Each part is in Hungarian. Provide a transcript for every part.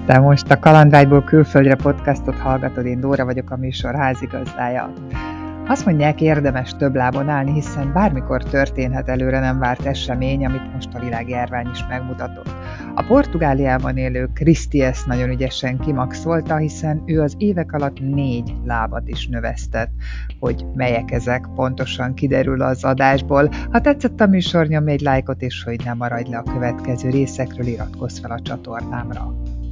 Te most a Kalandvágyból külföldre podcastot hallgatod, én Dóra vagyok, a műsor házigazdája. Azt mondják, érdemes több lábon állni, hiszen bármikor történhet előre nem várt esemény, amit most a világjárvány is megmutatott. A Portugáliában élő Kriszti ezt nagyon ügyesen kimaxolta, hiszen ő az évek alatt 4 lábat is növesztett. Hogy melyek ezek, pontosan kiderül az adásból. Ha tetszett a műsor, nyomj egy lájkot, és hogy ne maradj le a következő részekről, iratkozz fel a csatornámra.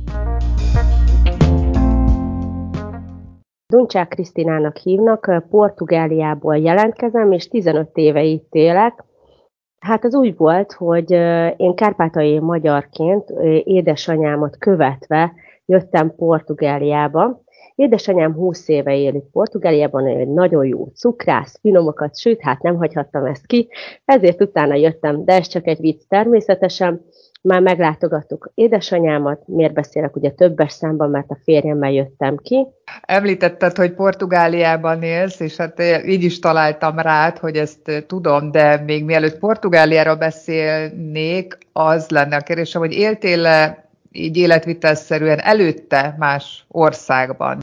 Duncsák Krisztinának hívnak, Portugáliából jelentkezem, és 15 éve itt élek. Hát az úgy volt, hogy én kárpátaljai magyarként édesanyámat követve jöttem Portugáliába. Édesanyám 20 éve él itt Portugáliában, egy nagyon jó cukrász, finomokat süt, hát nem hagyhattam ezt ki, ezért utána jöttem, de ez csak egy vicc természetesen. Már meglátogattuk édesanyámat, miért beszélek ugye többes számban, mert a férjemmel jöttem ki. Említetted, hogy Portugáliában élsz, és hát így is találtam rád, hogy ezt tudom, de még mielőtt Portugáliára beszélnék, az lenne a kérdésem, hogy éltél-e így életvitelszerűen előtte más országban?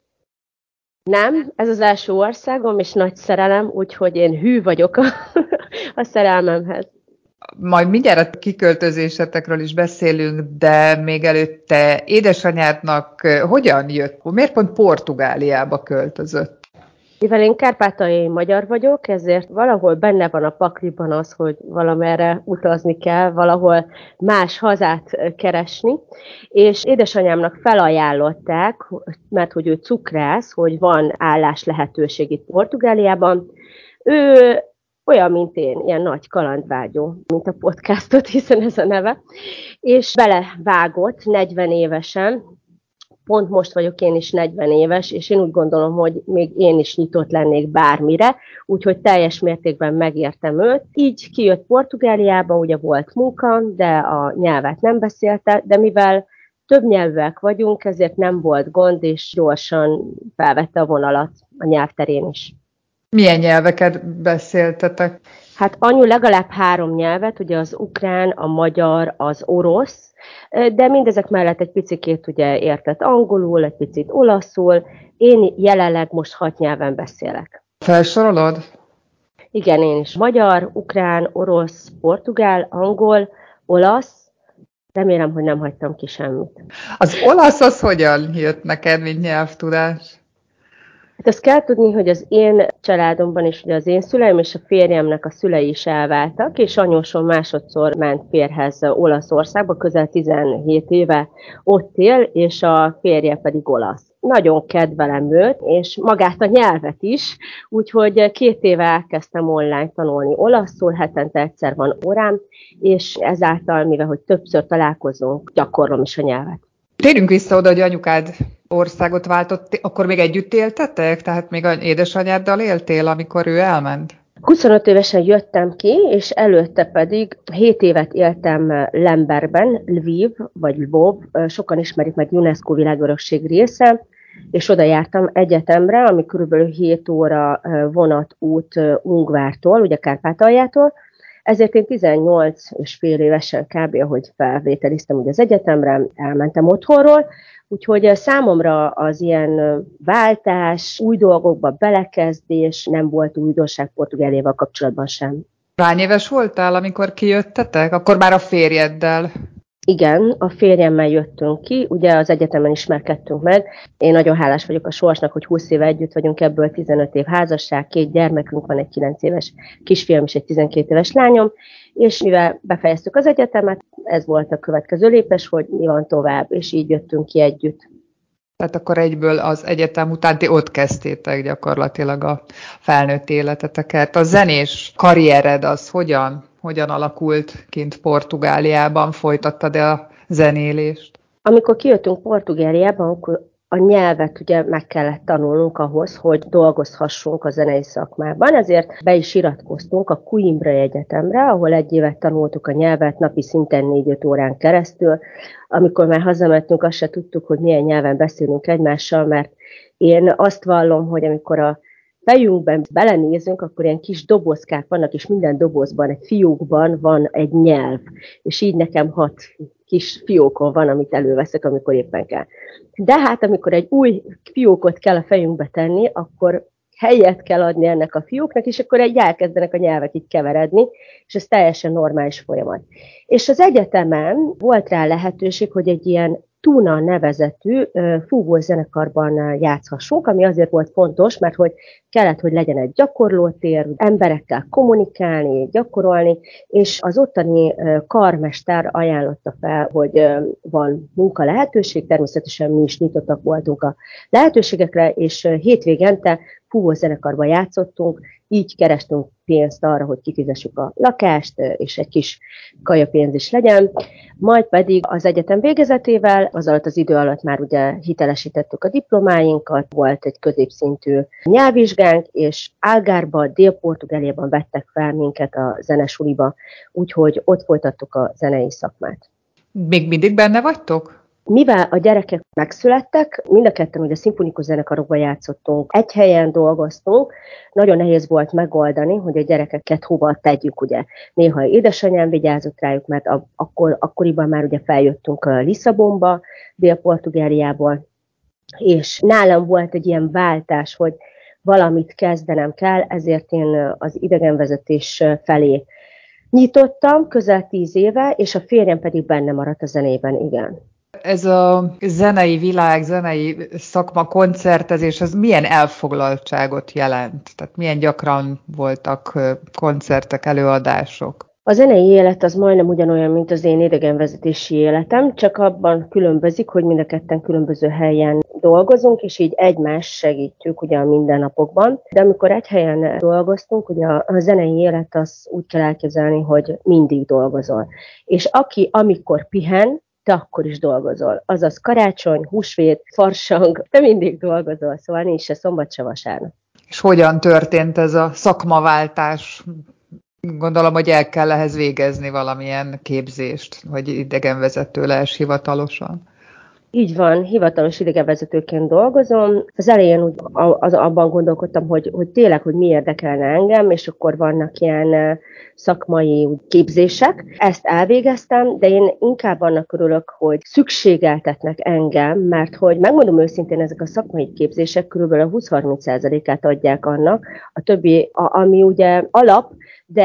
Nem, ez az első országom, és nagy szerelem, úgyhogy én hű vagyok a szerelmemhez. Majd mindjárt a kiköltözésetekről is beszélünk, de még előtte édesanyádnak hogyan jött? Miért pont Portugáliába költözött? Mivel én kárpátaljai magyar vagyok, ezért valahol benne van a pakliban az, hogy valamerre utazni kell, valahol más hazát keresni, és édesanyámnak felajánlották, mert hogy ő cukrász, hogy van állás lehetőség itt Portugáliában. Ő olyan, mint én, ilyen nagy kalandvágyó, mint a podcastot, hiszen ez a neve, és belevágott 40 évesen, pont most vagyok én is 40 éves, és én úgy gondolom, hogy még én is nyitott lennék bármire, úgyhogy teljes mértékben megértem őt. Így kijött Portugáliába, ugye volt munka, de a nyelvet nem beszélte, de mivel több nyelvűek vagyunk, ezért nem volt gond, és gyorsan felvette a vonalat a nyelvterén is. Milyen nyelveket beszéltetek? Hát anyu legalább 3 nyelvet, ugye az ukrán, a magyar, az orosz, de mindezek mellett egy picikét ugye értett angolul, egy picit olaszul. Én jelenleg most 6 nyelven beszélek. Felsorolod? Igen, én is. Magyar, ukrán, orosz, portugál, angol, olasz. Remélem, hogy nem hagytam ki semmit. Az olasz az hogyan jött neked, mint nyelvtudás? Hát azt kell tudni, hogy az én családomban is ugye az én szüleim és a férjemnek a szülei is elváltak, és anyósom másodszor ment férjhez Olaszországba, közel 17 éve ott él, és a férje pedig olasz. Nagyon kedvelem őt, és magát a nyelvet is, úgyhogy 2 éve elkezdtem online tanulni olaszul, hetente egyszer van órám, és ezáltal, mivel hogy többször találkozunk, gyakorlom is a nyelvet. Térjünk vissza oda, hogy anyukád országot váltott, akkor még együtt éltetek? Tehát még az édesanyáddal éltél, amikor ő elment? 25 évesen jöttem ki, és előtte pedig 7 évet éltem Lemberben, Lviv, vagy Lvov, sokan ismerik meg UNESCO világörökség része, és oda jártam egyetemre, ami körülbelül 7 óra vonatút Ungvártól, ugye Kárpátaljától, ezért én 18 és fél évesen kb. Ahogy felvételiztem ugye az egyetemre, elmentem otthonról, úgyhogy számomra az ilyen váltás, új dolgokba belekezdés nem volt újdonság Portugáliával kapcsolatban sem. Hány éves voltál, amikor kijöttetek? Akkor már a férjeddel. Igen, a férjemmel jöttünk ki, ugye az egyetemen ismerkedtünk meg. Én nagyon hálás vagyok a sorsnak, hogy 20 éve együtt vagyunk, ebből 15 év házasság, 2 gyermekünk van, egy 9 éves kisfiam és egy 12 éves lányom, és mivel befejeztük az egyetemet, ez volt a következő lépés, hogy mi van tovább, és így jöttünk ki együtt. Tehát akkor egyből az egyetem után ti ott kezdtétek gyakorlatilag a felnőtt életeteket. A zenés karriered az hogyan alakult kint Portugáliában? Folytattad-e a zenélést? Amikor kijöttünk Portugáliában, akkor a nyelvet ugye meg kellett tanulnunk ahhoz, hogy dolgozhassunk a zenei szakmában, ezért be is iratkoztunk a Coimbra Egyetemre, ahol 1 évet tanultuk a nyelvet napi szinten 4-5 órán keresztül. Amikor már hazamentünk, azt se tudtuk, hogy milyen nyelven beszélünk egymással, mert én azt vallom, hogy amikor a fejünkben belenézünk, akkor ilyen kis dobozkák vannak, és minden dobozban, egy fiókban van egy nyelv. És így nekem 6 kis fiókon van, amit előveszek, amikor éppen kell. De hát, amikor egy új fiókot kell a fejünkbe tenni, akkor helyet kell adni ennek a fióknak, és akkor elkezdenek a nyelvek így keveredni, és ez teljesen normális folyamat. És az egyetemen volt rá lehetőség, hogy egy ilyen Tuna nevezetű fúvózenekarban játszhassunk, ami azért volt fontos, mert hogy kellett, hogy legyen egy gyakorlótér, emberekkel kommunikálni, gyakorolni, és az ottani karmester ajánlotta fel, hogy van munka lehetőség, természetesen mi is nyitottak voltunk a lehetőségekre, és hétvégente fúvózenekarban játszottunk, így kerestünk pénzt arra, hogy kifizessük a lakást, és egy kis kajapénz is legyen. Majd pedig az egyetem végezetével, az alatt az idő alatt már ugye hitelesítettük a diplomáinkat, volt egy középszintű nyelvvizsgánk, és Algarve, Dél-Portugáliában vettek fel minket a zenesuliba, úgyhogy ott folytattuk a zenei szakmát. Még mindig benne vagytok? Mivel a gyerekek megszülettek, mind a ketten ugye szimfonikus zenekarokban játszottunk, egy helyen dolgoztunk, nagyon nehéz volt megoldani, hogy a gyerekeket hova tegyük, ugye. Néha édesanyám vigyázott rájuk, mert akkoriban már ugye feljöttünk Lisszabonba, Dél-Portugáliából, és nálam volt egy ilyen váltás, hogy valamit kezdenem kell, ezért én az idegenvezetés felé nyitottam közel 10 éve, és a férjem pedig benne maradt a zenében, igen. Ez a zenei világ, zenei szakma, koncertezés, az milyen elfoglaltságot jelent? Tehát milyen gyakran voltak koncertek, előadások? A zenei élet az majdnem ugyanolyan, mint az én idegenvezetési életem, csak abban különbözik, hogy mind a ketten különböző helyen dolgozunk, és így egymást segítjük ugye a mindennapokban. De amikor egy helyen dolgoztunk, ugye a zenei élet az úgy kell elképzelni, hogy mindig dolgozol. És aki amikor pihen, te akkor is dolgozol. Azaz karácsony, húsvét, farsang, te mindig dolgozol, szóval nincs se szombat, se vasárnap. És hogyan történt ez a szakmaváltás? Gondolom, hogy el kell ehhez végezni valamilyen képzést, hogy idegenvezető lehess hivatalosan. Így van, hivatalos idegenvezetőként dolgozom. Az elején úgy abban gondolkodtam, hogy tényleg, hogy mi érdekelne engem, és akkor vannak ilyen szakmai képzések. Ezt elvégeztem, de én inkább annak örülök, hogy szükségeltetnek engem, mert hogy megmondom őszintén, ezek a szakmai képzések körülbelül a 20-30%-át adják annak, a többi, ami ugye alap, de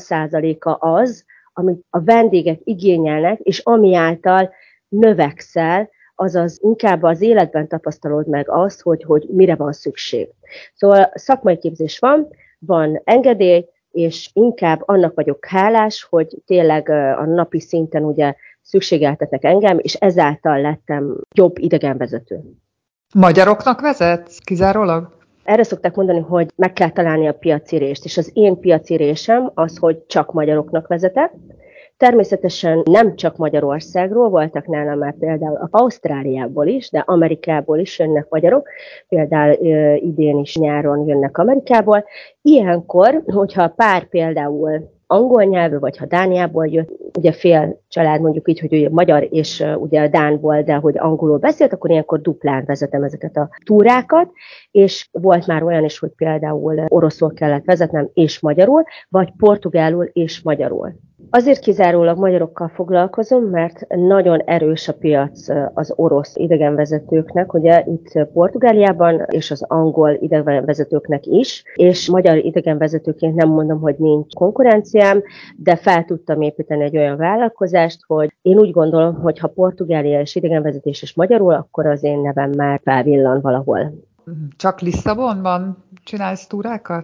70%-a az, amit a vendégek igényelnek, és ami által növekszel, azaz inkább az életben tapasztalod meg azt, hogy mire van szükség. Szóval szakmai képzés van engedély, és inkább annak vagyok hálás, hogy tényleg a napi szinten ugye szükségeltetnek engem, és ezáltal lettem jobb idegenvezető. Magyaroknak vezetsz kizárólag? Erre szokták mondani, hogy meg kell találni a piacirést, és az én piacirésem az, hogy csak magyaroknak vezetek. Természetesen nem csak Magyarországról, voltak nálam már például Ausztráliából is, de Amerikából is jönnek magyarok, például idén is nyáron jönnek Amerikából. Ilyenkor, hogyha a pár például angol nyelvű, vagy ha Dániából jött, ugye fél család mondjuk így, hogy ugye magyar és ugye Dánból, de hogy angolul beszélt, akkor ilyenkor duplán vezetem ezeket a túrákat, és volt már olyan is, hogy például oroszul kellett vezetnem és magyarul, vagy portugálul és magyarul. Azért kizárólag magyarokkal foglalkozom, mert nagyon erős a piac az orosz idegenvezetőknek, ugye itt Portugáliában, és az angol idegenvezetőknek is, és magyar idegenvezetőként nem mondom, hogy nincs konkurenciám, de fel tudtam építeni egy olyan vállalkozást, hogy én úgy gondolom, hogy ha Portugália és idegenvezetés is magyarul, akkor az én nevem már felvillan valahol. Csak Lisszabonban csinálsz túrákat?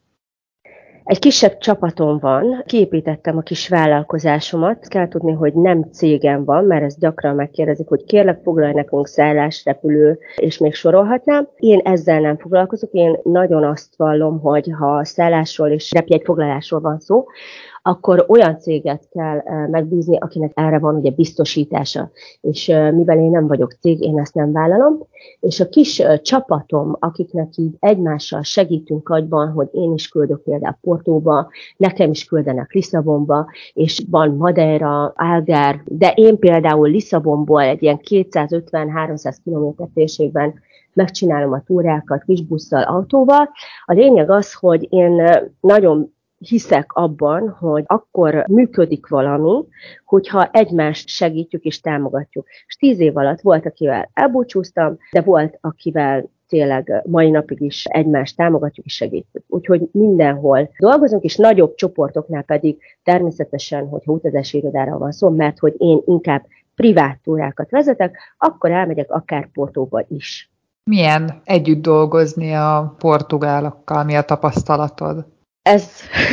Egy kisebb csapatom van, kiépítettem a kis vállalkozásomat. Kell tudni, hogy nem cégem van, mert ezt gyakran megkérdezik, hogy kérlek foglalj nekünk szállás, repülő, és még sorolhatnám. Én ezzel nem foglalkozok, én nagyon azt vallom, hogy ha szállásról és repjegyfoglalásról van szó, akkor olyan céget kell megbízni, akinek erre van ugye biztosítása. És mivel én nem vagyok cég, én ezt nem vállalom. És a kis csapatom, akiknek így egymással segítünk agyban, hogy én is küldök például Portóba, nekem is küldenek Lisszabonba, és van Madeira, Algarve, de én például Lisszabonból egy ilyen 250-300 km térségben megcsinálom a túrákat kisbusszal, autóval. A lényeg az, hogy én nagyon hiszek abban, hogy akkor működik valami, hogyha egymást segítjük és támogatjuk. És 10 év alatt volt, akivel elbúcsúztam, de volt, akivel tényleg mai napig is egymást támogatjuk és segítjük. Úgyhogy mindenhol dolgozunk, és nagyobb csoportoknál pedig természetesen, hogyha utazási irodára van szó, mert hogy én inkább privát túrákat vezetek, akkor elmegyek akár Portóba is. Milyen együtt dolgozni a portugálokkal? Mi a tapasztalatod? Ez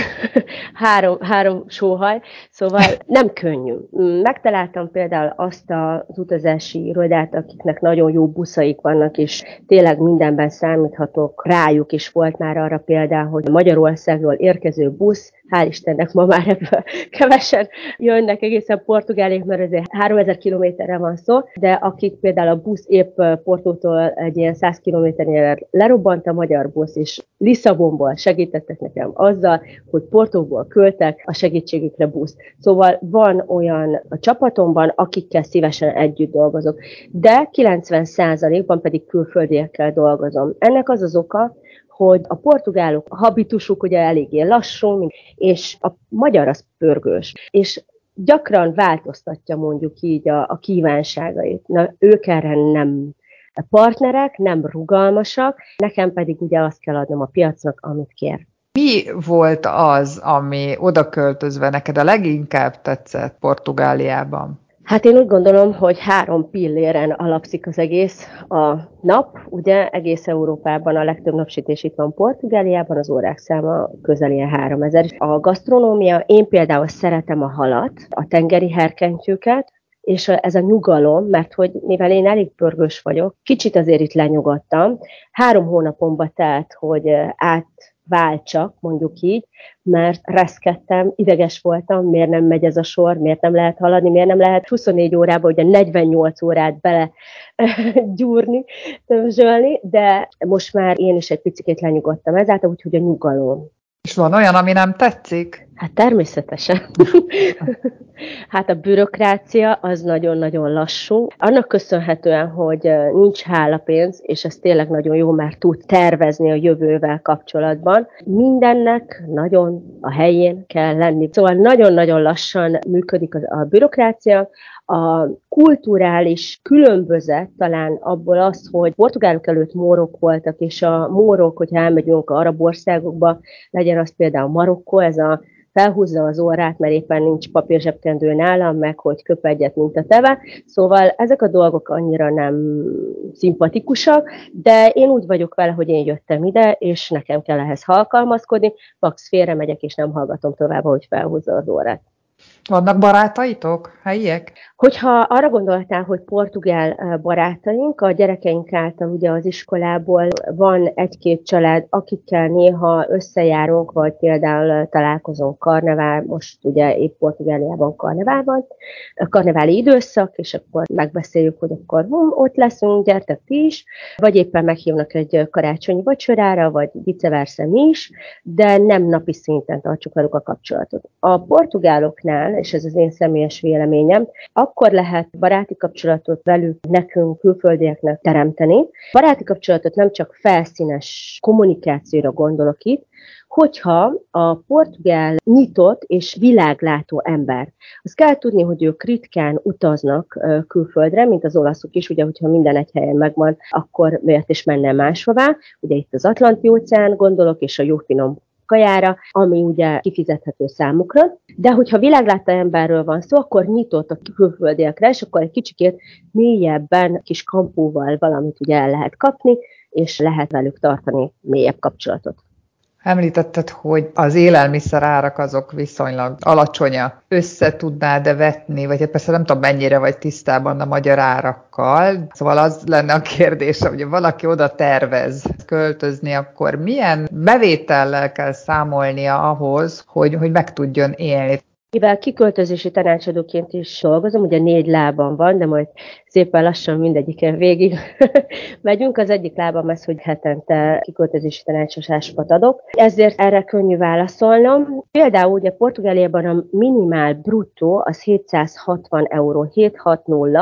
három sóhaj, szóval nem könnyű. Megtaláltam például azt az utazási irodát, akiknek nagyon jó buszaik vannak, és tényleg mindenben számíthatok rájuk, is volt már arra például, hogy Magyarországról érkező busz, hál' Istennek ma már ebből kevesen jönnek egészen Portugálig, mert azért 3000 kilométerre van szó, de akik például a busz épp Portótól egy ilyen 100 kilométernél lerobbant a magyar busz, és Lisszabonból segítettek nekem azzal, hogy Portóból küldtek a segítségükre busz. Szóval van olyan a csapatomban, akikkel szívesen együtt dolgozok, de 90%-ban pedig külföldiekkel dolgozom. Ennek az az oka, hogy a portugálok habitusuk ugye eléggé lassú, és a magyar az pörgős. És gyakran változtatja mondjuk így a kívánságait. Na, ők erre nem partnerek, nem rugalmasak, nekem pedig ugye azt kell adnom a piacnak, amit kér. Mi volt az, ami oda költözve neked a leginkább tetszett Portugáliában? Hát én úgy gondolom, hogy 3 pilléren alapszik az egész. A nap, ugye egész Európában a legtöbb napsütés itt van Portugáliában, az órák száma közel ilyen 3000. A gasztronómia, én például szeretem a halat, a tengeri herkentyűket, és ez a nyugalom, mert hogy mivel én elég pörgős vagyok, kicsit azért itt lenyugodtam. 3 hónapomba telt, hogy átváltsak, mondjuk így, mert reszkedtem, ideges voltam, miért nem megy ez a sor, miért nem lehet haladni, miért nem lehet 24 órában, ugye 48 órát bele gyúrni, tömzsölni, de most már én is egy picit lenyugodtam ezáltal, úgyhogy a nyugalom. És van olyan, ami nem tetszik? Hát természetesen. Hát a bürokrácia az nagyon-nagyon lassú. Annak köszönhetően, hogy nincs hálapénz, és ez tényleg nagyon jó, mert tud tervezni a jövővel kapcsolatban. Mindennek nagyon a helyén kell lenni. Szóval nagyon-nagyon lassan működik a bürokrácia. A kulturális különbözet talán abból az, hogy portugálok előtt mórok voltak, és a mórok, hogyha elmegyünk a arab országokba, legyen az például Marokkó, ez a felhúzza az orrát, mert éppen nincs papírzsebkendő nálam, meg hogy köp egyet, mint a teve. Szóval ezek a dolgok annyira nem szimpatikusak, de én úgy vagyok vele, hogy én jöttem ide, és nekem kell ehhez alkalmazkodni, max félre megyek, és nem hallgatom tovább, hogy felhúzza az orrát. Vannak barátaitok, helyiek? Hogyha arra gondoltál, hogy portugál barátaink, a gyerekeink által ugye az iskolából van 1-2 család, akikkel néha összejárunk, vagy például találkozunk karnevál, most ugye épp Portugáliában karnevál van, a karneváli időszak, és akkor megbeszéljük, hogy akkor ott leszünk, gyertek ti is, vagy éppen meghívnak egy karácsonyi vacsorára, vagy vice versa mi is, de nem napi szinten tartsuk velük a kapcsolatot. A portugáloknál, és ez az én személyes véleményem, akkor lehet baráti kapcsolatot velük, nekünk, külföldieknek teremteni. Baráti kapcsolatot nem csak felszínes kommunikációra gondolok itt, hogyha a portugál nyitott és világlátó ember. Azt kell tudni, hogy ők ritkán utaznak külföldre, mint az olaszok is, ugye, hogyha minden egy helyen megvan, akkor miért is menne máshová. Ugye itt az Atlanti-óceán gondolok, és a jó finom kajára, ami ugye kifizethető számukra, de hogyha világlátó emberről van szó, akkor nyitott a külföldiekre, és akkor egy kicsikét mélyebben, kis kampóval valamit ugye el lehet kapni, és lehet velük tartani mélyebb kapcsolatot. Említetted, hogy az élelmiszer árak azok viszonylag alacsonyak. Össze tudnád-e vetni, vagy hát persze nem tudom, mennyire vagy tisztában a magyar árakkal. Szóval az lenne a kérdés, hogy valaki oda tervez költözni, akkor milyen bevétellel kell számolnia ahhoz, hogy meg tudjon élni? Mivel kiköltözési tanácsadóként is dolgozom, ugye 4 lábam van, de majd szépen lassan mindegyiken végig megyünk. Az egyik lábam az, hogy hetente kiköltözési tanácsadásokat adok. Ezért erre könnyű válaszolnom. Például ugye Portugáliában a minimál bruttó az 760 euró, 760,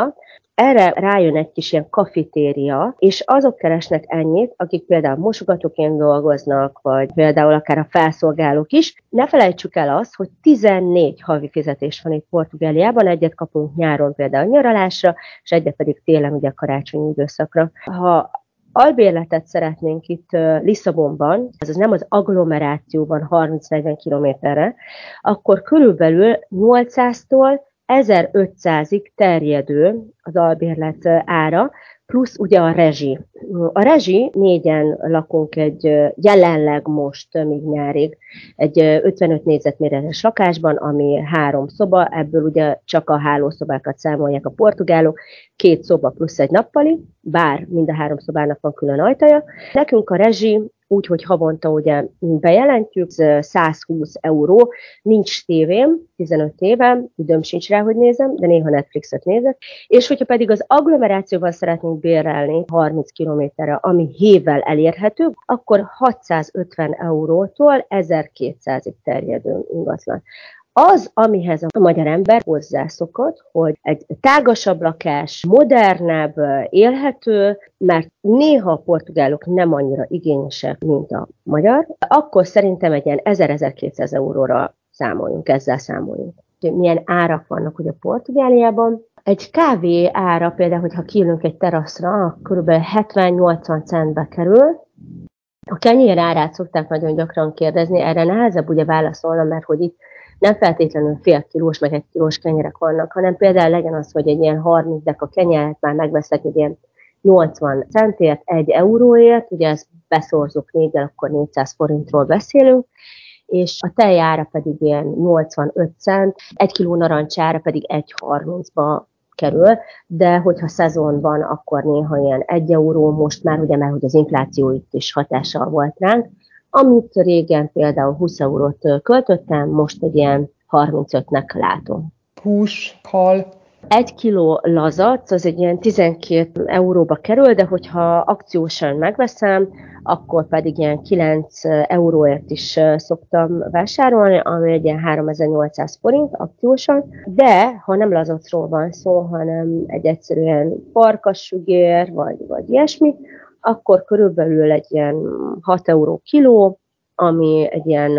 erre rájön egy kis ilyen kafetéria, és azok keresnek ennyit, akik például mosogatóként dolgoznak, vagy például akár a felszolgálók is. Ne felejtsük el azt, hogy 14 havi fizetés van itt Portugáliában, egyet kapunk nyáron például nyaralásra, és egyet pedig télen ugye a karácsonyi időszakra. Ha albérletet szeretnénk itt Lisszabonban, azaz nem az agglomerációban 30-40 kilométerre, akkor körülbelül 800-tól 1500-ig terjedő az albérlet ára, plusz ugye a rezsi. A rezsi, 4-en lakunk jelenleg most, még nyárig, egy 55 négyzetméteres lakásban, ami 3 szoba, ebből ugye csak a hálószobákat számolják a portugálok, 2 szoba plusz egy nappali, bár mind a 3 szobának van külön ajtaja. Nekünk a rezsi úgy, hogy havonta ugye bejelentjük, 120 euró, nincs tévém, 15 évem, időm sincs rá, hogy nézem, de néha Netflixet nézek, és hogyha pedig az agglomerációban szeretnénk bérelni 30 kilométerre, ami hévvel elérhető, akkor 650 eurótól 1200-ig terjedő ingatlan. Az, amihez a magyar ember hozzászokott, hogy egy tágasabb lakás, modernebb, élhető, mert néha a portugálok nem annyira igényesek, mint a magyar, akkor szerintem egy ilyen 1000-1200 euróra számoljunk, ezzel számoljunk. Milyen árak vannak ugye Portugáliában? Egy kávé ára például, hogyha kiülünk egy teraszra, kb. 70-80 centbe kerül. A kenyér árát szokták nagyon gyakran kérdezni, erre nehezebb ugye válaszolnom, mert hogy itt nem feltétlenül fél kilós, meg 1 kilós kenyerek vannak, hanem például legyen az, hogy egy ilyen 30 deka kenyeret már megveszek egy ilyen 80 centért, 1 euróért, ugye ezt beszorzok 4-el, akkor 400 forintról beszélünk, és a tej ára pedig ilyen 85 cent, 1 kiló narancsára pedig 1,30-ba kerül, de hogyha szezon van, akkor néha ilyen 1 euró, most már ugye, mert hogy az infláció itt is hatással volt ránk, amit régen például 20 eurót költöttem, most egy ilyen 35-nek látom. Hús, hal. 1 kiló lazac, az egy ilyen 12 euróba kerül, de hogyha akciósan megveszem, akkor pedig ilyen 9 euróért is szoktam vásárolni, ami egy ilyen 3800 forint akciósan, de ha nem lazacról van szó, hanem egy egyszerűen farkassugér, vagy ilyesmi, akkor körülbelül egy ilyen 6 euró kiló, ami egy ilyen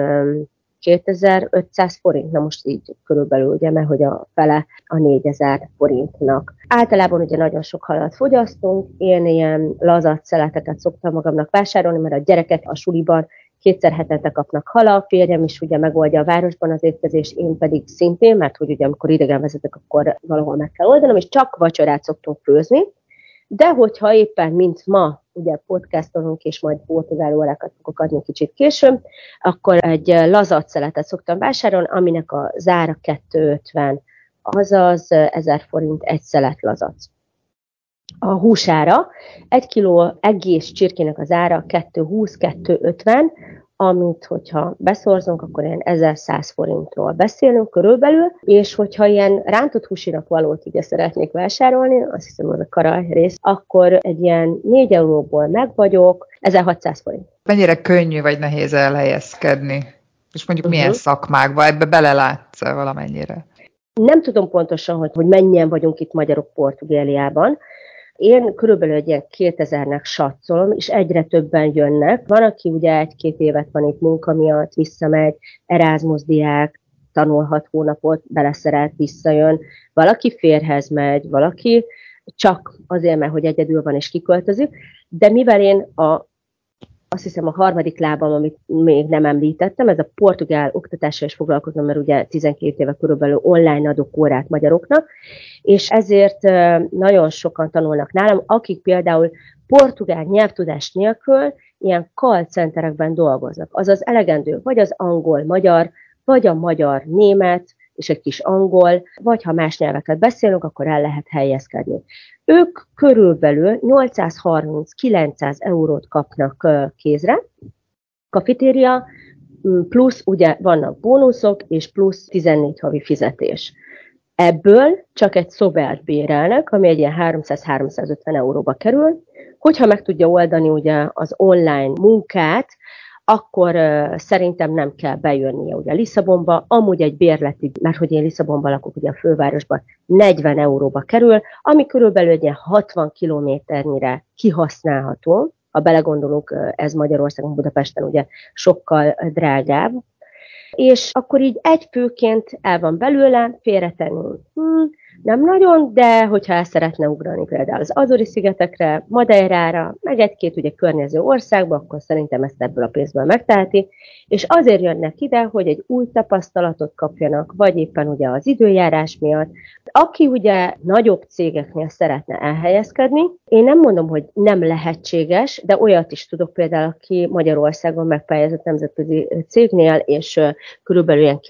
2500 forint, na most így körülbelül, ugye, mert hogy a fele a 4000 forintnak. Általában ugye nagyon sok halat fogyasztunk, én ilyen lazac szeleteket szoktam magamnak vásárolni, mert a gyerekek a suliban 2-szer hetente kapnak halat, férjem is ugye megoldja a városban az étkezést, én pedig szintén, mert hogy ugye amikor idegen vezetek, akkor valahol meg kell oldanom, és csak vacsorát szoktunk főzni, de hogyha éppen, mint ma, ugye podcastolunk, és majd portugál órákat fogok adni kicsit később, akkor egy lazac szeletet szoktam vásárolni, aminek a zára 250, azaz 1000 forint egy szelet lazac. A húsára 1 kiló egész csirkének az ára 220-250, amit, hogyha beszorzunk, akkor ilyen 1100 forintról beszélünk körülbelül, és hogyha ilyen rántott húsinak valót ugye szeretnék vásárolni, azt hiszem, hogy a karaj rész, akkor egy ilyen 4 euróból meg vagyok, 1600 forint. Mennyire könnyű vagy nehéz elhelyezkedni? És mondjuk milyen szakmákban, ebbe belelátsz valamennyire? Nem tudom pontosan, hogy mennyien vagyunk itt magyarok Portugáliában. Én körülbelül egy ilyen 2000-nek satszolom, és egyre többen jönnek. Van, aki ugye 1-2 évet van itt munka miatt, visszamegy, Erasmus diák, tanul 6 hónapot, beleszeret, visszajön. Valaki férhez megy, valaki csak azért, mert hogy egyedül van és kiköltözik. De mivel én azt hiszem a harmadik lábam, amit még nem említettem, ez a portugál oktatással is foglalkozom, mert ugye 12 éve körülbelül online adok órát magyaroknak, és ezért nagyon sokan tanulnak nálam, akik például portugál nyelvtudás nélkül ilyen call centerekben dolgoznak. Azaz elegendő vagy az angol-magyar, vagy a magyar-német, és egy kis angol, vagy ha más nyelveket beszélünk, akkor el lehet helyezkedni. Ők körülbelül 830-900 eurót kapnak kézre, kafetéria, plusz ugye vannak bónuszok, és plusz 14 havi fizetés. Ebből csak egy szobát bérelnek, ami egy ilyen 300-350 euróba kerül. Hogyha meg tudja oldani ugye az online munkát, akkor szerintem nem kell bejönnie ugye Lisszabonba, amúgy egy bérletig, mert hogy én Lisszabonban lakok, ugye a fővárosban, 40 euróba kerül, ami körülbelül ugye 60 kilométernyire kihasználható. Ha belegondolunk, ez Magyarországon, Budapesten ugye sokkal drágább, és akkor így egy főként el van belőle, félretenni. Nem nagyon, de hogyha el szeretne ugrani például az Azori-szigetekre, Madeirára, meg egy-két ugye környező országba, akkor szerintem ezt ebből a pénzből megteheti, és azért jönnek ide, hogy egy új tapasztalatot kapjanak, vagy éppen ugye az időjárás miatt. Aki ugye nagyobb cégeknél szeretne elhelyezkedni, én nem mondom, hogy nem lehetséges, de olyat is tudok például, aki Magyarországon megpályázott nemzetközi cégnél, és körülbelül ilyen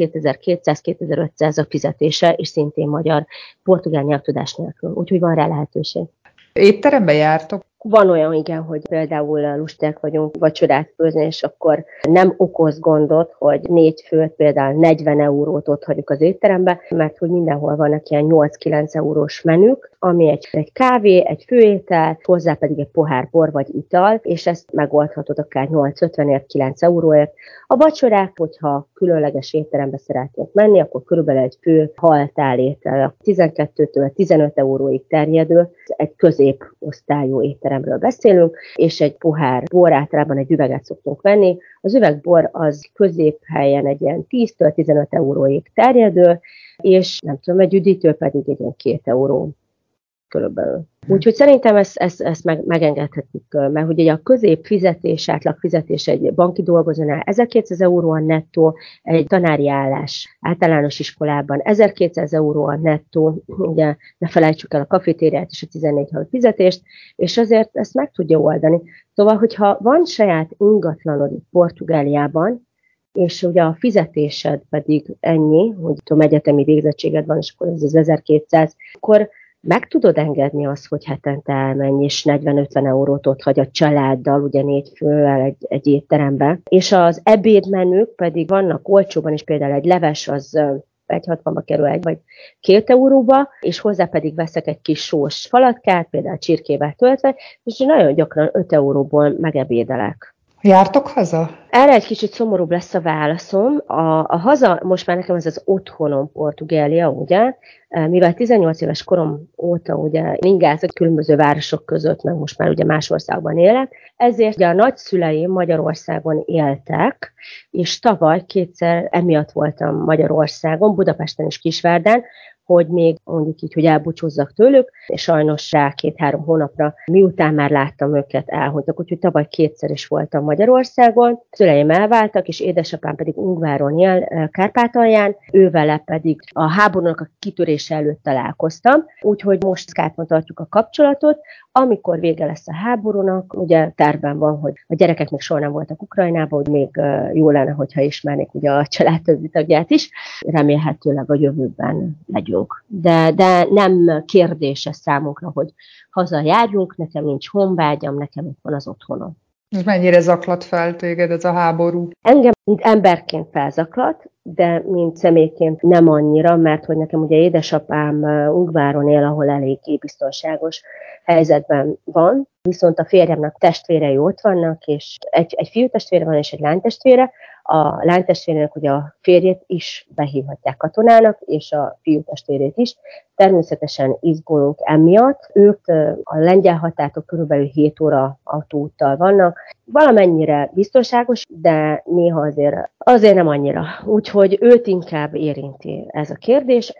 2200-2500 a fizetése, és szintén magyar, portugál nyelvtudás nélkül. Úgyhogy van rá lehetőség. Étterembe jártok? Van olyan, igen, hogy például lusták vagyunk vacsorát főzni, és akkor nem okoz gondot, hogy 4 főt például 40 eurót ott hagyjuk az étterembe, mert hogy mindenhol vannak ilyen 8-9 eurós menük, ami egy kávé, egy főétel, hozzá pedig egy pohár bor vagy ital, és ezt megoldhatod akár 8,50-ért, 9 euróért. A vacsorák, hogyha különleges étterembe szeretnék menni, akkor körülbelül egy fő haltálétel 12-től 15 euróig terjedő, egy középosztályú étteremről beszélünk, és egy pohár bor, általában egy üveget szoktunk venni. Az üvegbor az középhelyen egy ilyen 10-től 15 euróig terjedő, és nem tudom, egy üdítő pedig egy ilyen 2 euró körülbelül. Úgyhogy szerintem ezt megengedhetjük, mert ugye a középfizetés, átlagfizetés egy banki dolgozónál 1200 euró a nettó, egy tanári állás általános iskolában 1200 euró a nettó, ugye ne felejtsük el a kafetériát és a 14 havi fizetést, és azért ezt meg tudja oldani. Szóval, hogyha van saját ingatlanod Portugáliában, és ugye a fizetésed pedig ennyi, hogy tudom, egyetemi végzettséged van, és akkor ez az 1200, akkor meg tudod engedni azt, hogy hetente elmenj, és 40-50 eurót ott hagy a családdal, ugye 4 fővel egy étterembe. És az ebédmenük pedig vannak olcsóban is, például egy leves az 1,60-ba kerül vagy 2 euróba, és hozzá pedig veszek egy kis sós falatkát, például csirkével töltve, és nagyon gyakran 5 euróból megebédelek. Jártok haza? Erre egy kicsit szomorúbb lesz a válaszom. A haza, most már nekem ez az otthonom Portugália, ugye, mivel 18 éves korom óta ugye ingázok különböző városok között, meg most már ugye más országban élek, ezért ugye a nagyszüleim Magyarországon éltek, és tavaly 2-szer emiatt voltam Magyarországon, Budapesten és Kisvárdán, hogy még mondjuk így, hogy elbúcsúzzak tőlük, és sajnos rá 2-3 hónapra, miután már láttam őket, elhunytak, úgyhogy tavaly 2-szer is voltam Magyarországon. Szüleim elváltak, és édesapám pedig Ungváron él, Kárpátalján, ővele pedig a háborúnak a kitörése előtt találkoztam, úgyhogy most Skype-on tartjuk a kapcsolatot. Amikor vége lesz a háborúnak, ugye tervben van, hogy a gyerekek még soha nem voltak Ukrajnában, hogy még jó lenne, hogyha ismernék ugye a család többi tagját is, remélhetőleg a jövőben megyünk. De nem kérdéses számunkra, hogy hazajárjunk, nekem nincs honvágyam, nekem itt van az otthonom. És mennyire zaklat fel téged ez a háború? Engem mint emberként felzaklat, de mint személyként nem annyira, mert hogy nekem ugye édesapám Ungváron él, ahol eléggé biztonságos helyzetben van, viszont a férjemnek testvérei ott vannak, és egy fiútestvére van, és egy lánytestvére. A lánytestvérének ugye a férjét is behívhatják katonának, és a fiútestvérét is. Természetesen izgulunk emiatt. Ők a lengyel határtól körülbelül 7 óra autóúttal vannak. Valamennyire biztonságos, de néha azért nem annyira. Úgyhogy őt inkább érinti ez a kérdés.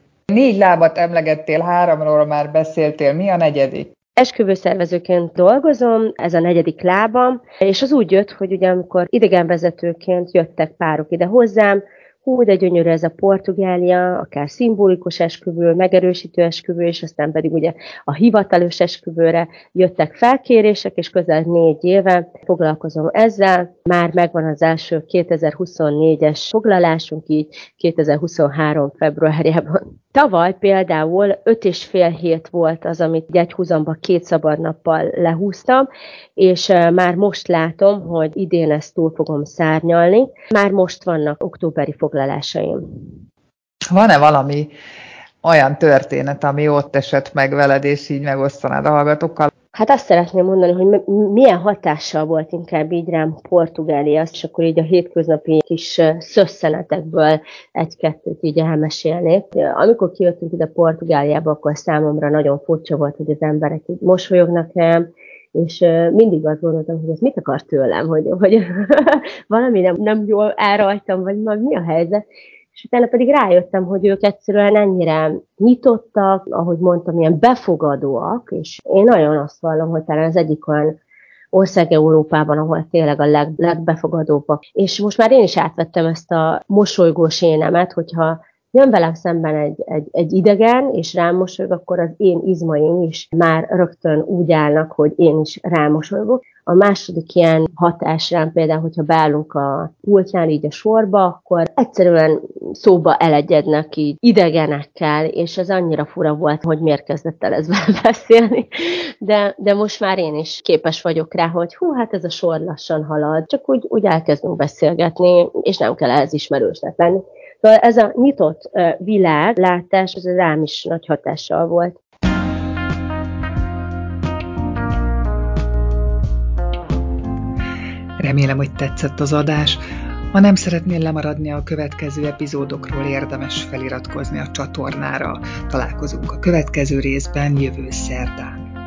4 lábat emlegettél, 3-ról már beszéltél. Mi a negyedik? Esküvőszervezőként dolgozom, ez a 4. lábam, és az úgy jött, hogy ugye amikor idegenvezetőként jöttek párok ide hozzám, hú, de gyönyörű ez a Portugália, akár szimbolikus esküvő, megerősítő esküvő, és aztán pedig ugye a hivatalos esküvőre jöttek felkérések, és közel 4 éve foglalkozom ezzel. Már megvan az első 2024-es foglalásunk, így 2023. februárjában. Tavaly például 5,5 hét volt az, amit egyhuzamban 2 szabadnappal lehúztam, és már most látom, hogy idén ezt túl fogom szárnyalni. Már most vannak októberi foglalásaim. Van-e valami olyan történet, ami ott esett meg veled, és így megosztanád a hallgatókkal? Hát azt szeretném mondani, hogy milyen hatással volt inkább így rám Portugália, és akkor így a hétköznapi kis szösszenetekből egy-kettőt így elmesélnék. Amikor kijöttünk ide Portugáliába, akkor számomra nagyon furcsa volt, hogy az emberek így mosolyognak rám, és mindig azt gondoltam, hogy ez mit akar tőlem, hogy valami nem jól áll rajtam, vagy mi a helyzet. És utána pedig rájöttem, hogy ők egyszerűen ennyire nyitottak, ahogy mondtam, ilyen befogadóak, és én nagyon azt vallom, hogy talán az egyik olyan ország Európában, ahol tényleg a legbefogadóbbak. És most már én is átvettem ezt a mosolygós énemet, hogyha jön velem szemben egy idegen, és rám mosolyog, akkor az én izmaim is már rögtön úgy állnak, hogy én is rámosolygok. A második ilyen hatás rám például, hogyha beállunk a pultján így a sorba, akkor egyszerűen szóba elegyednek így idegenekkel, és ez annyira fura volt, hogy miért kezdett el ez beszélni. De most már én is képes vagyok rá, hogy hát ez a sor lassan halad, csak úgy elkezdünk beszélgetni, és nem kell ehhez ismerősnek lenni. Szóval ez a nyitott világlátás, ez rám is nagy hatással volt. Remélem, hogy tetszett az adás. Ha nem szeretnél lemaradni a következő epizódokról, érdemes feliratkozni a csatornára. Találkozunk a következő részben jövő szerdán.